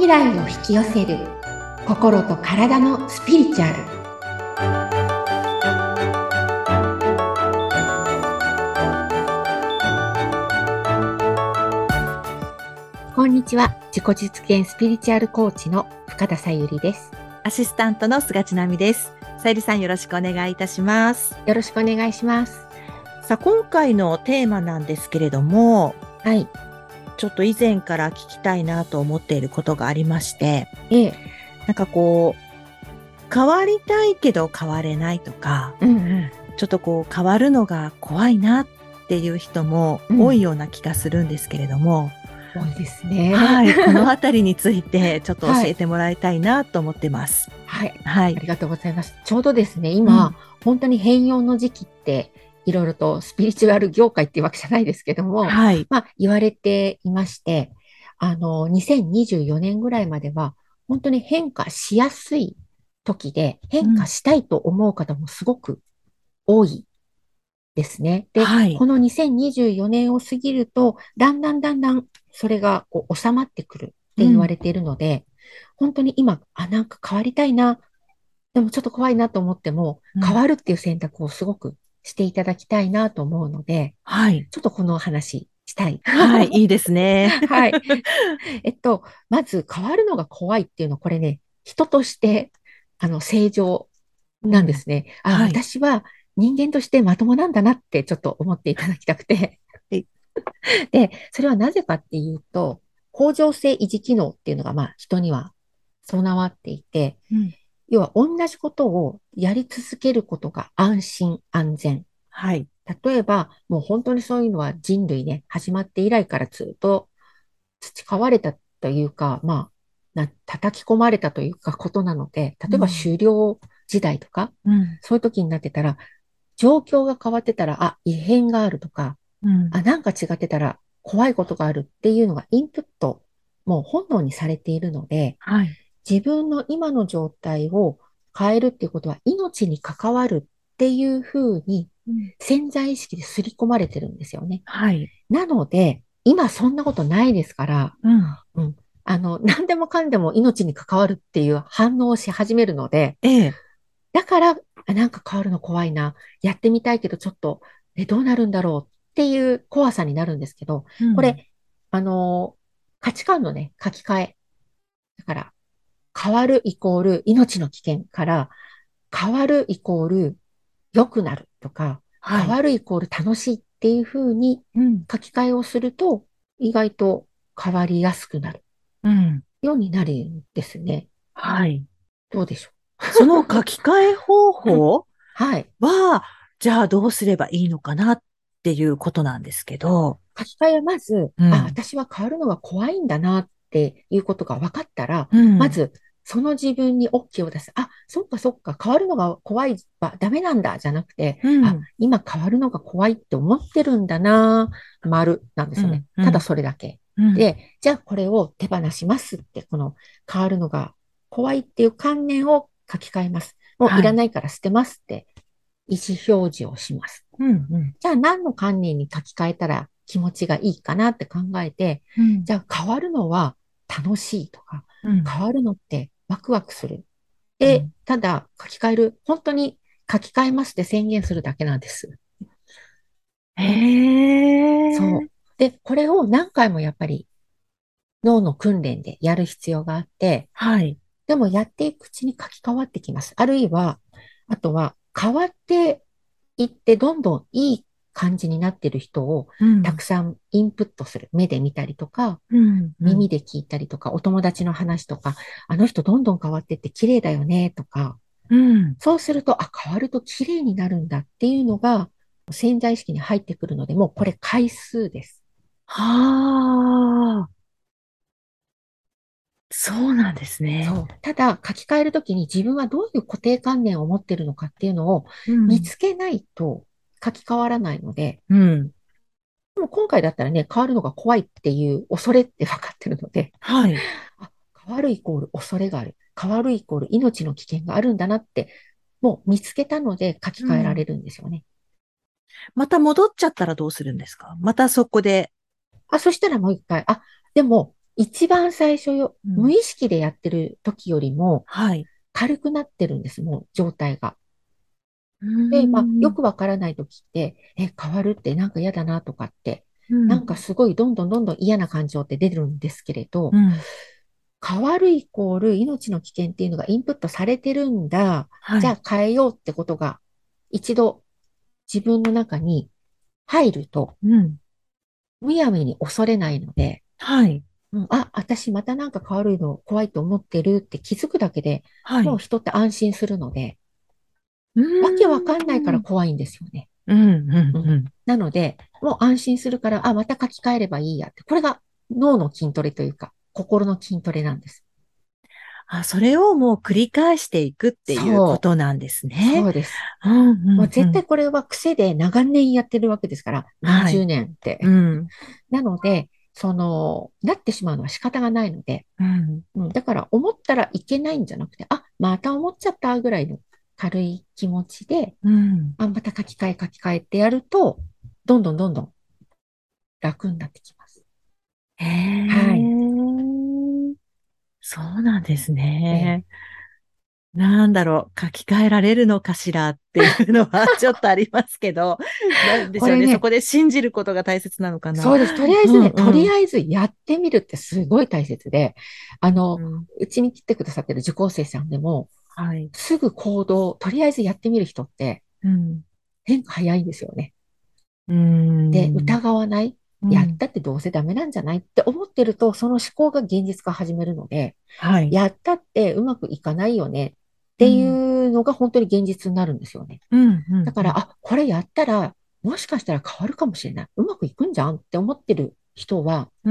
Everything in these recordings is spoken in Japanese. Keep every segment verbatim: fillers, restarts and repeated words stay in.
未来を引き寄せる心と体のスピリチュアル。こんにちは。自己実現スピリチュアルコーチの深田さゆりです。 アシスタントの菅千奈美です。さゆりさん、よろしくお願いいたします。 よろしくお願いします。 さあ、今回のテーマなんですけれども、 はい。 ちょっと以前から聞きたいなと思っていることがありまして、 ええ。 なんかこう、変わりたいけど変われないとか、 うんうん。 ちょっとこう変わるのが怖いなっていう人も多いような気がするんですけれども、 多いですね。 はい、このあたりについてちょっと教はいえてもらいたいなと思ってます。 はい。 はい。 ありがとうございます。ちょうどですね、今、 うん、 本当に変容の時期って、いろいろとスピリチュアル業界っていうわけじゃないですけども、 はい。 まあ、言われていまして、あの、にせんにじゅうよねんぐらいまでは、本当に変化しやすい時で、変化うん、 したいと思う方もすごく多いですね。で、 はい。 このにせんにじゅうよねんを過ぎると、だんだんだんだんそれがこう収まってくるって言わうん、 れているので、本当に今、あ、なんか変わりたいな、でもちょっと怖いなと思っても、 うん。 変わるっていう選択をすごくしていただきたいなと思うので、 はい。 ちょっとこのお話したい。 はい、いいですね。 はい。えっと、まず変わるのが怖いっていうのは、これね、人として、あの、正常なんでうん。 すね。あ、 はい。 私は人間としてまともなんだなってちょっと思っていただきたくて。 はい。 で、それはなぜかっていうと、恒常性維持機能っていうのが、まあ、人には備わっていて、 うん。 要は同じことをやり続けることが安心安全。 はい。 例えば、もう本当にそういうのは人類ね、始まって以来からずっと培われたというか、まあ、な叩き込まれたというかことなので、例えばうん。 狩猟時代とか、 うん。 そういう時になってたら、状況が変わってたら、あ、異変があるとか、 うん。 あ、なんか違ってたら怖いことがあるっていうのがインプット、もう本能にされているので、 はい。 自分の今の状態を変えるっていうことは命に関わるっていうふうにうん。 潜在意識で刷り込まれてるんですよね。 はい。 なので、今そんなことないですから、 うん。 うん、あの、何でもかんでも命に関わるっていう反応をし始めるので、 ええ。 だから、あなんか変わるの怖いな、やってみたいけどちょっと、え、どうなるんだろうっていう怖さになるんですけど、 うん。 これ、あの価値観のね、書き換え。だから、変わるイコール命の危険から、変わるイコール良くなるとか、 はい。 変わるイコール楽しいっていうふうにうん。 書き換えをすると、意外と変わりやすくなるうん。 ようになるんですね。 はい。 どうでしょその書き換え方う。うん、 法はい。 は、じゃあどうすればいいのかなっていうことなんですけど。 書き換えはまず、あ、 うん。 私は変わるのが怖いんだなっていうことが分かったら、 うん。 まず、その自分に OK を出す。あ、そっかそっか、変わるのが怖いはダメなんだ、じゃなくて、あ、 うん。 今変わるのが怖いって思ってるんだな、丸なんですよね。 うん。うただん。 それだけ。 うん。 で、じゃあこれを手放しますって、この変わるのが怖いっていう観念を書き換えます。もういはい。 らないから捨てますって意思表示をします。 うん。うん。 じゃあ何の観念に書き換えたら気持ちがいいかなって考えて、 うん。 じゃあ変わるのは楽しいとか、 うん。 変わるのってワクワクする。で、 うん。 ただ書き換える、本当に書き換えますって宣言するだけなんです。 へえ。 そう。で、これを何回もやっぱり脳の訓練でやる必要があって、 はい。 でもやっていくうちに書き換わってきます。あるいは、あとは変わっていってどんどんいい感じになっている人をうん。 たくさんインプットする。目で見たりとか、 うん。うん。 耳で聞いたりとか、お友達の話とか、あの人どんどん変わっていって綺麗だよねとか、 うん。 そうすると、あ、変わると綺麗になるんだっていうのが潜在意識に入ってくるので、もうこれ回数です。 はあ、そうなんですね。 そう。ただ、書き換えるときに自分はどういう固定観念を持っているのかっていうのをうん。 見つけないと書き換わらないので、 うん。 でも今回だったらね、変わるのが怖いっていう恐れって分かってるので、 はい。 あ、変わるイコール恐れがある。変わるイコール命の危険があるんだなって、もう見つけたので書きうん。 換えられるんですよね。 また戻っちゃったらどうするんですか？またそこで。 あ、そしたらもう一回、あ、でも一番最初よ、 うん。 無意識でやってる時よりもはい。 軽くなってるんです、もう状態が。 うーで、まあ、よん。 くわからない時って、え、変わるってなんか嫌だなとかって、 うん。 なんかすごいどんどんどんどん嫌な感情って出るんですけれど、 うん。 変わるイコール命の危険っていうのがインプットされてるんだ。 はい。 じゃあ変えようってことが一度自分の中に入ると、 うん。 むやみに恐れないので、 はい。 うん、あ、私またなんか変わるの怖いと思ってるって気づくだけではい。 もう人って安心するので、 うーわけわかんないからん。 怖いんですよね。 うん。うん。 うん。 うん。 なので、もう安心するから、あ、また書き換えればいいやって。これが脳の筋トレというか、心の筋トレなんです。 あ、それをもう繰り返していくっていうこそう、 となんですね。 そうです。 うん。うん。うもう絶対ん。 これは癖で長年やってるわけですから、何はい。 十年っうて。 ん。 なので、その、なってしまうのは仕方がないので、 うん。 うん、だから思ったらいけないんじゃなくて、あ、また思っちゃったぐらいの軽い気持ちで、 うん。 あ、また書き換え書き換えってやると、どんどんどんどん楽になってきます。 へはい。 え。そうなんですええ、 ね。なんだろう、書き換えられるのかしらっていうのはちょっとありますけど、なんでしょうね。そこれね、 こで信じることが大切なのかな。 そうです。とりあえうんずね、とうん。 りあえずやってみるってすごい大切で、あの、 うん。 うちに来てくださってる受講生さんでも、 はい。 すぐ行動、とりあえずやってみる人ってうん。 変化早いんですよね。 うーで、 ん。 疑わない。やっうん。 たってどうせダメなんじゃないって思ってると、その思考が現実化始めるので、 はい。 やったってうまくいかないよねっていうん。 うのが本当に現実になるんですよね。 うん。うん。 だから、あ、これやったら、もしかしたら変わるかもしれない。うまくいくんじゃんって思ってる人は、 うん。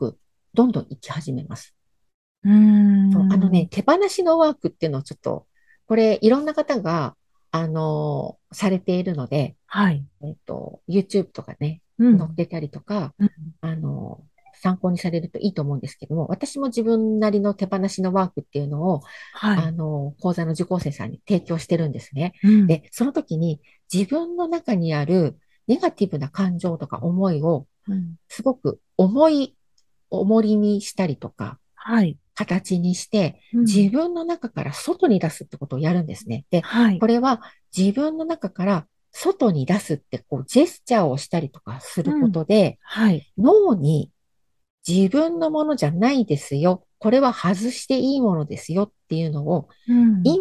うまくどんどんいき始めます。 うーそう、あのね、 ん。 手放しのワークっていうのをちょっと、これいろんな方が、あのーされているので、 はい。 えっと、YouTube とかね、 うん。 載ってたりとか、 うん。 あのー参考にされるといいと思うんですけども、私も自分なりの手放しのワークっていうのを、 はい。 あのー講座の受講生さんに提供してるんですね。 うん。 で、その時に自分の中にあるネガティブな感情とか思いをうん。 すごく重い、重りにしたりとか、 はい。 形にして、 うん。 自分の中から外に出すってことをやるんですね。で、 はい。 これは自分の中から外に出すって、こう、ジェスチャーをしたりとかするこうん。 とで、 はい。 脳に自分のものじゃないですよ。これは外していいものですよっていうのをうん。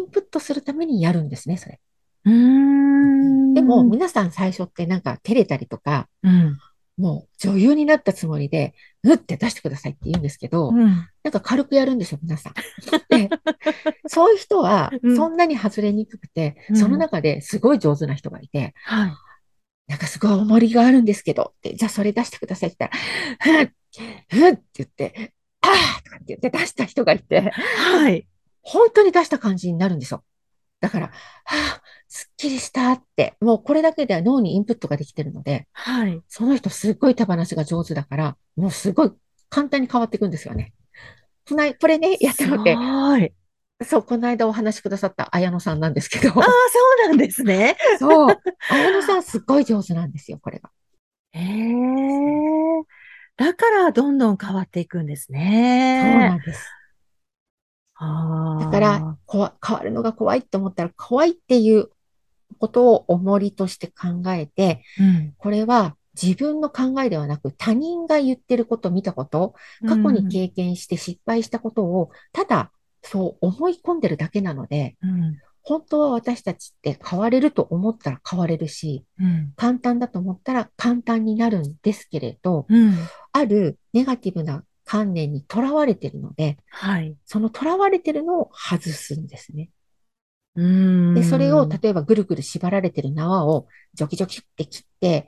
インプットするためにやるんですね、それ。 うーでも、 ん。 皆さん最初ってなんか照れたりとか、 うん。 もう女優になったつもりで、うって出してくださいって言うんですけど、 うん。 なんか軽くやるんですよ、皆さん。で、そういう人はうん。 そんなに外れにくくて、そのうん。 中ですごい上手な人がいて、 はい。 なんかすごい重りがあるんですけどって、じゃあそれ出してくださいって言ったら、ふっ、ふっって言って、ああとかって言って出した人がいて、 はい。 本当に出した感じになるんですよ。だから、はあ、すっきりしたって、もうこれだけでは脳にインプットができてるので、 はい。 その人すっごい手放しが上手だから、もうすごい簡単に変わっていくんですよね。こないこれね、やったすごのって、 ーい。 そう、この間お話しくださった綾野さんなんですけああ、 ど、 そうなんですね。 そう、綾野さんすっごい上手なんですよ、これが。 へえ。だからどんどん変わっていくんですそうね。 なんです。だから、 ああ。 こわ変わるのが怖いと思ったら、怖いっていうことを重りとして考えて、 うん。 これは自分の考えではなく、他人が言ってること、見たこと、 う過去にん。 経験して失敗したことを、ただそう思い込んでるだけなので、 うん。 本当は私たちって変われると思ったら変われるし、 うん。 簡単だと思ったら簡単になるんですけれど、 うん。 あるネガティブな観念にとらわれているので、 はい。 そのとらわれているのを外すんですね。 うーで、それをん。 例えばぐるぐる縛られている縄をジョキジョキって切って、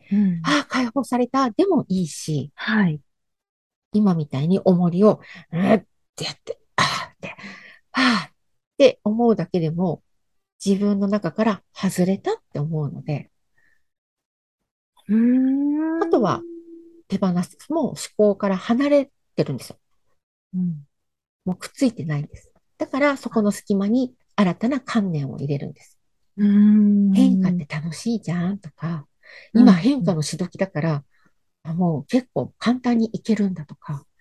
うん。 ああ、解放された。でもいいし、 はい。 今みたいに重りを、うんってやって、ああって、ああって思うだけでも自分の中から外れたって思うので、 うーん。 あとは手放す。もう思考から離れてるんですよ。 うん。 もうくっついてないんです。だからそこの隙間に新たな観念を入れるんです。 うー変化っん。 て楽しいじゃんとか、 うん。 今変化のしどきだから、もう結構簡単にいけるんだとか、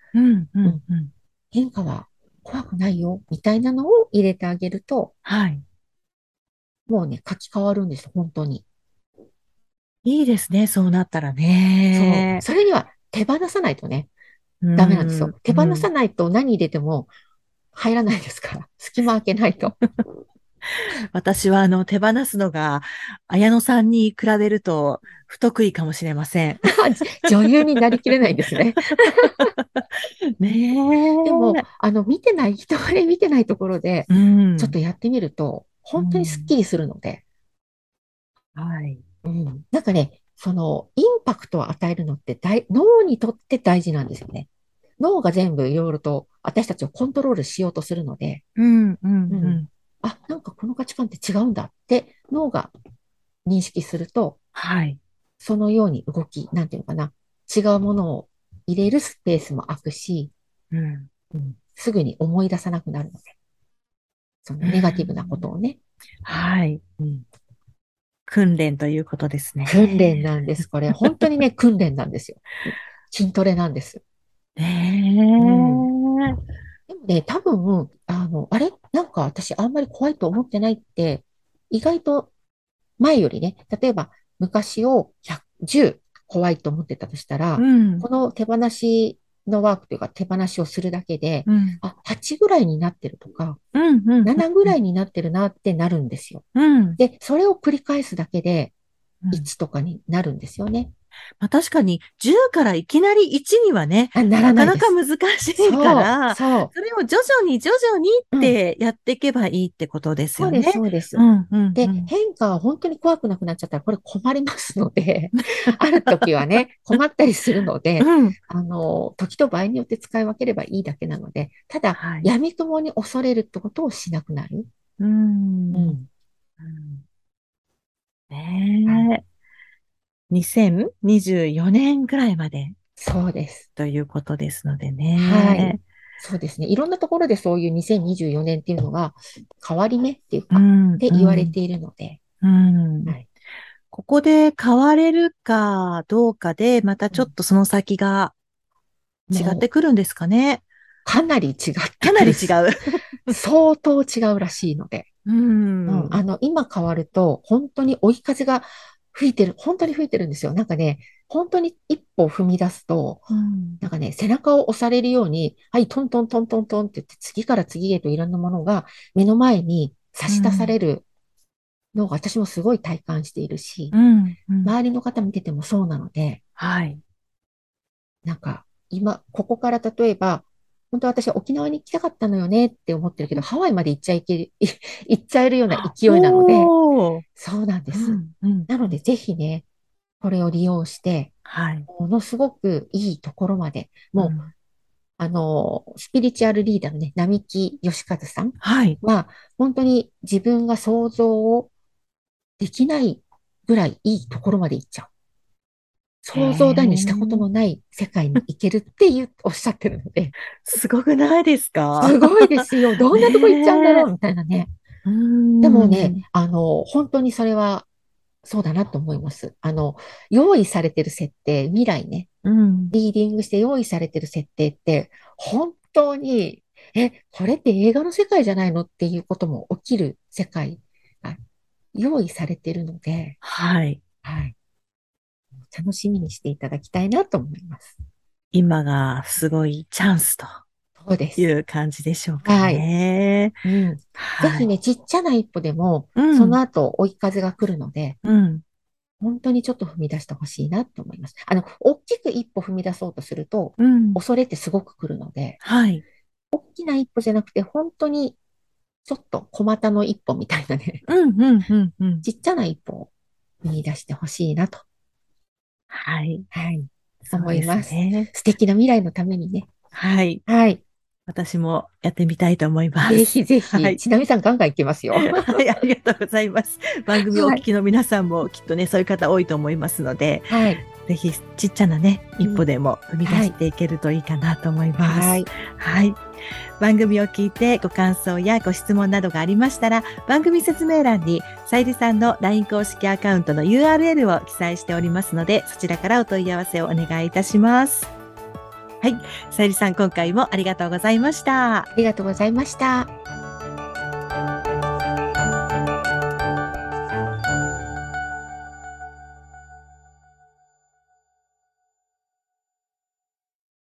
うん、ううん、 ん、うん。 変化は怖くないよ、みたいなのを入れてあげると、 はい。 もうね、書き換わるんです、本当に。 いいですね、そうなったらそう。 ね。 それには手放さないとね、 うダメなんですん、 よ。手放さうん。 ないと何入れても入らないですから。隙間開けないと。 私は、あの、手放すのが、綾野さんに比べると不得意かもしれません。 女優になりきれないんですね。でも、 ねえ。 あの、見てない、人がね、見てないところで、 うん、 ちょっとやってみると、 う本当にスッん。 キリするので、 はい。 うん。なんかね、その、インパクトを与えるのって大、脳にとって大事なんですよね。脳が全部いろいろと私たちをコントロールしようとするので、 うん、うん、 うん。 うん。 あ、なんかこの価値観って違うんだって脳が認識すると、 はい。 そのように動き、なんていうのかな、違うものを入れるスペースも空くし、 うん、 うん、すぐに思い出さなくなるので、そのうネガティブなことん。 をね、 はい。 うん、 訓練ということです訓練ね。 なんです。これ、本当にね、訓練なんですよ。筋トレなんです。うん。 ねでもね、多分、あの、あれなんか私あんまり怖いと思ってないって、意外と前よりね、例えば昔をひゃく、じゅう怖いと思ってたとしたえ。うら、 ん、 この手放しのワークというか手放しをするだけで、 うん、 あ、はちぐらいになってるとか、 うん、うん、 ななぐうん、 らいになってるなってなるんですよ。 うん、 で、それを繰り返すだけでうん。 いちとかになるんですよね。 まあ、確かにじゅうからいきなりいちにはね、 あ、ならなかなかないです。 難しいかそう、 ら、 そそれを徐々に徐々にっう、うん。 てやっていけばいいってことですそうです、 よね。 そうです。 うん、うん、うで、 ん。 変化は本当に怖くなくなっちゃったら、これ困りますので、ある時はね、困ったりするので、 うん。 あの、時と場合によって使い分ければいいだけなので、ただ、 はい。 闇雲に恐れるってことをしなくなる。 うん。 うん。 うんはい。 ねえ。にせんにじゅうよねんぐらいまでそうです。 ということですのではい。 ね。 そうですね。いろんなところでそういうにせんにじゅうよねんっていうのが変わり目っていうか、 うん、 ってうん、 言われているので、 うん。 はい。 ここで変われるかどうかで、またうん、 ちょっとその先が違っもう、 てくるんですかね。 かなり違ってかなくるす。 り違う。 相当違うらしいので。 ううん、 ん。 あの、今変わると、本当に追い風が吹いてる、本当に吹いてるんですよ。なんかね、本当に一歩踏み出すと、 うん。 なんかね、背中を押されるように、はい、トントントントントンって言って、次から次へといろんなものが目の前に差し出さうん。 れるのを私もすごい体感しているし、 うん。うん。 周りの方見ててもそうなので、 はい。 なんか、今、ここから例えば、本当は私沖縄に行きたかったのよねって思ってるけど、ハワイまで行っちゃいける、行っちゃえるような勢いなので、 おー。 そうなんです。 うん。うん。 なので、ぜひね、これを利用して、 はい。 ものすごくいいところまで、もう、 うん。 あの、スピリチュアルリーダーのね、並木義和さんはい。 は、本当に自分が想像をできないぐらいいいところまで行っちゃう。 へ想像だにしたことえ。 のない世界に行けるっていう、おっしゃってるので、 すごくないですか？ すごいですよ。どんなとこ行っちゃうんだねえ。 ろうみたいなね。 うーでもね、 ん。 あの、本当にそれはそうだなと思います。あの、用意されてる設定、未来ね、 うん。 リーディングして用意されてる設定って、本当に、え、これって映画の世界じゃないのっていうことも起きる世界が用意されてるので、 はい。 はい。楽しみにしていただきたいなと思います。 今がすごいチャンスとそうです。 いう感じでしょうかはい。 ね。 うん。ぜはい。 ひね、ちっちゃな一歩でも、 うん。 その後追い風が来るので、 うん。 本当にちょっと踏み出してほしいなと思います。あの、大きく一歩踏み出そうとすると、 うん。 恐れってすごく来るので、 はい。 大きな一歩じゃなくて、本当にちょっと小股の一歩みたいなね、 うん、うん、うん、うん。 ちっちゃな一歩を踏み出してほしいなと、 はい。 はい、 そうです思います。 ね。 素敵な未来のためにね。 はい。 はい。 私もやってみたいと思いまぜす。 ひぜひ、 はい。 ちなみさんガンガンいけますよ。 はい、ありがとうございます。番組をおはい。 聞きの皆さんもきっとね、そういう方多いと思いますので、 はい。 ぜひちっちゃなね、一うん。 歩でも踏み出はい。 していけるといいかなと思います。 はい。 はい。番組を聞いてご感想やご質問などがありましたら、番組説明欄にさゆりさんの ライン 公式アカウントの ユーアールエル を記載しておりますので、そちらからお問い合わせをお願いいたします。 はい。さゆりさん、今回もありがとうございました。 ありがとうございました。